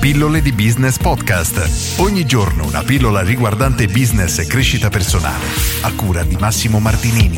Pillole di Business Podcast. Ogni giorno una pillola riguardante business e crescita personale. A cura di Massimo Martinini.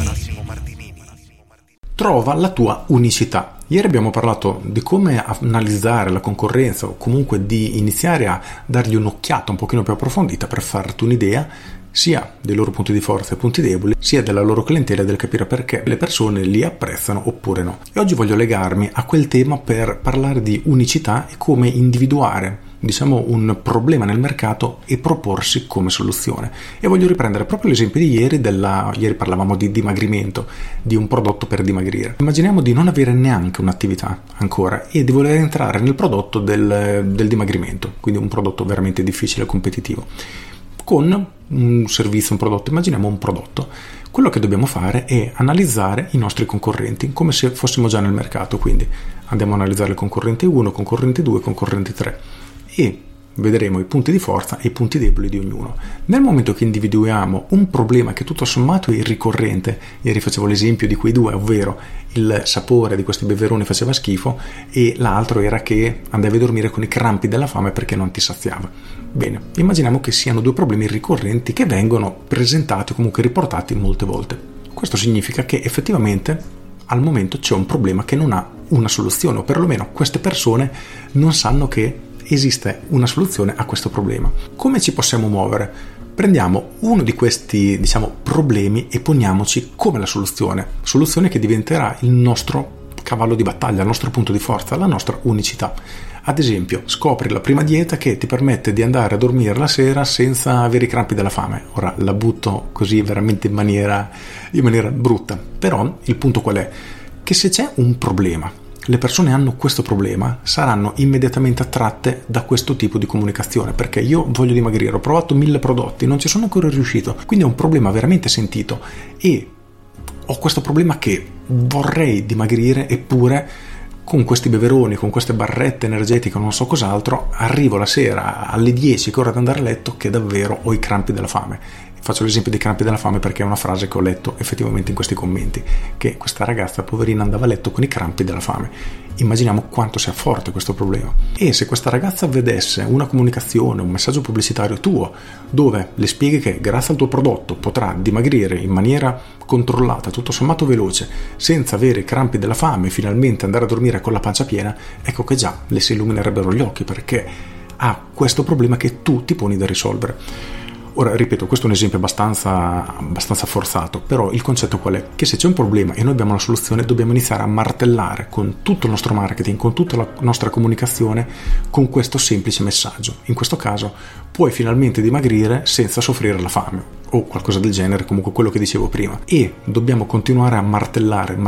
Trova la tua unicità. Ieri abbiamo parlato di come analizzare la concorrenza o comunque di iniziare a dargli un'occhiata un pochino più approfondita per farti un'idea sia dei loro punti di forza e punti deboli, sia della loro clientela e del capire perché le persone li apprezzano oppure no. E oggi voglio legarmi a quel tema per parlare di unicità e come individuare, un problema nel mercato e proporsi come soluzione. E voglio riprendere proprio l'esempio di ieri. Ieri parlavamo di dimagrimento, di un prodotto per dimagrire. Immaginiamo di non avere neanche un'attività ancora e di voler entrare nel prodotto del dimagrimento, quindi un prodotto veramente difficile e competitivo. Con un servizio, un prodotto, immaginiamo un prodotto. Quello che dobbiamo fare è analizzare i nostri concorrenti come se fossimo già nel mercato, quindi andiamo a analizzare il concorrente 1, concorrente 2, concorrente 3 e vedremo i punti di forza e i punti deboli di ognuno. Nel momento che individuiamo un problema che tutto sommato è ricorrente, ieri facevo l'esempio di quei due, ovvero il sapore di questi beveroni faceva schifo e l'altro era che andavi a dormire con i crampi della fame perché non ti saziava. Bene, immaginiamo che siano due problemi ricorrenti che vengono presentati o comunque riportati molte volte. Questo significa che effettivamente al momento c'è un problema che non ha una soluzione, o perlomeno queste persone non sanno che esiste una soluzione a questo problema. Come ci possiamo muovere? Prendiamo uno di questi, problemi e poniamoci come la soluzione che diventerà il nostro cavallo di battaglia, il nostro punto di forza, la nostra unicità. Ad esempio, scopri la prima dieta che ti permette di andare a dormire la sera senza avere i crampi della fame. Ora la butto così veramente in maniera brutta, però il punto qual è? Che se c'è un problema, le persone hanno questo problema, saranno immediatamente attratte da questo tipo di comunicazione, perché io voglio dimagrire, ho provato 1000 prodotti, non ci sono ancora riuscito, quindi è un problema veramente sentito e ho questo problema che vorrei dimagrire, eppure con questi beveroni, con queste barrette energetiche, non so cos'altro, arrivo la sera alle 10 che è ora di andare a letto che davvero ho i crampi della fame. Faccio l'esempio dei crampi della fame perché è una frase che ho letto effettivamente in questi commenti, che questa ragazza poverina andava a letto con i crampi della fame. Immaginiamo quanto sia forte questo problema. E se questa ragazza vedesse una comunicazione, un messaggio pubblicitario tuo, dove le spieghi che grazie al tuo prodotto potrà dimagrire in maniera controllata, tutto sommato veloce, senza avere i crampi della fame e finalmente andare a dormire con la pancia piena, ecco che già le si illuminerebbero gli occhi perché ha questo problema che tu ti poni da risolvere. Ora, ripeto, questo è un esempio abbastanza forzato, però il concetto qual è? Che se c'è un problema e noi abbiamo la soluzione, dobbiamo iniziare a martellare con tutto il nostro marketing, con tutta la nostra comunicazione, con questo semplice messaggio. In questo caso, puoi finalmente dimagrire senza soffrire la fame, o qualcosa del genere, comunque quello che dicevo prima. E dobbiamo continuare a martellare.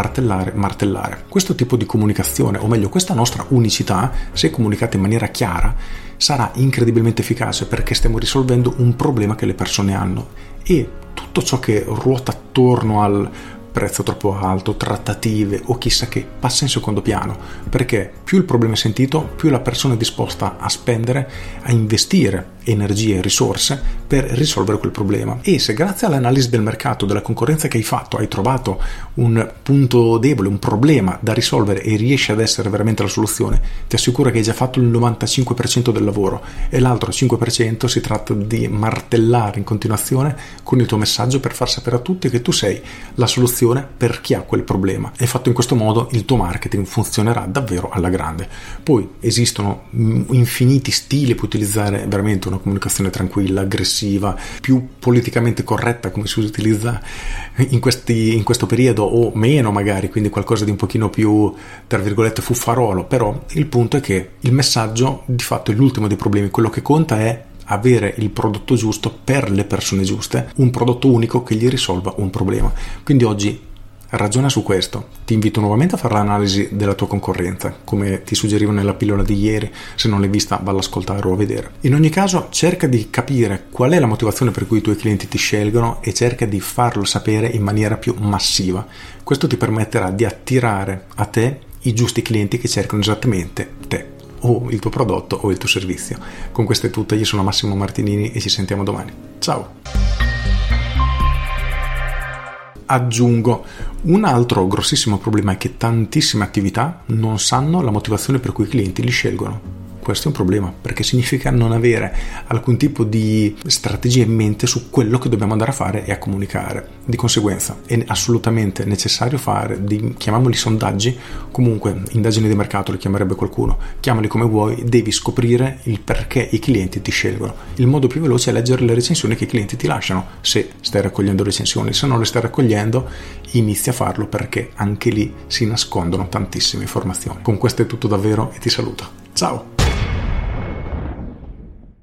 Questo tipo di comunicazione, o meglio, questa nostra unicità, se comunicata in maniera chiara, sarà incredibilmente efficace perché stiamo risolvendo un problema che le persone hanno e tutto ciò che ruota attorno al prezzo troppo alto, trattative o chissà che passa in secondo piano, perché più il problema è sentito, più la persona è disposta a spendere, a investire energie e risorse per risolvere quel problema. E se grazie all'analisi del mercato, della concorrenza che hai fatto, hai trovato un punto debole, un problema da risolvere e riesci ad essere veramente la soluzione, ti assicuro che hai già fatto il 95% del lavoro e l'altro 5% si tratta di martellare in continuazione con il tuo messaggio per far sapere a tutti che tu sei la soluzione per chi ha quel problema, e fatto in questo modo il tuo marketing funzionerà davvero alla grande. Poi esistono infiniti stili, puoi utilizzare veramente una comunicazione tranquilla, aggressiva, più politicamente corretta come si utilizza in questo periodo, o meno magari, quindi qualcosa di un pochino più tra virgolette fuffarolo, però il punto è che il messaggio di fatto è l'ultimo dei problemi. Quello che conta è avere il prodotto giusto per le persone giuste, un prodotto unico che gli risolva un problema. Quindi oggi ragiona su questo. Ti invito nuovamente a fare l'analisi della tua concorrenza, come ti suggerivo nella pillola di ieri. Se non l'hai vista, valla ad ascoltare o a vedere. In ogni caso, cerca di capire qual è la motivazione per cui i tuoi clienti ti scelgono e cerca di farlo sapere in maniera più massiva. Questo ti permetterà di attirare a te i giusti clienti che cercano esattamente te, o il tuo prodotto o il tuo servizio. Con questo è tutto, io sono Massimo Martinini e ci sentiamo domani. Ciao! Aggiungo, un altro grossissimo problema è che tantissime attività non sanno la motivazione per cui i clienti li scelgono. questo è un problema, perché significa non avere alcun tipo di strategia in mente su quello che dobbiamo andare a fare e a comunicare. Di conseguenza è assolutamente necessario fare, chiamiamoli sondaggi, comunque indagini di mercato le chiamerebbe qualcuno, chiamali come vuoi, devi scoprire il perché i clienti ti scelgono. Il modo più veloce è leggere le recensioni che i clienti ti lasciano, se stai raccogliendo recensioni. Se non le stai raccogliendo, inizia a farlo, perché anche lì si nascondono tantissime informazioni. Con questo è tutto davvero e ti saluto. Ciao!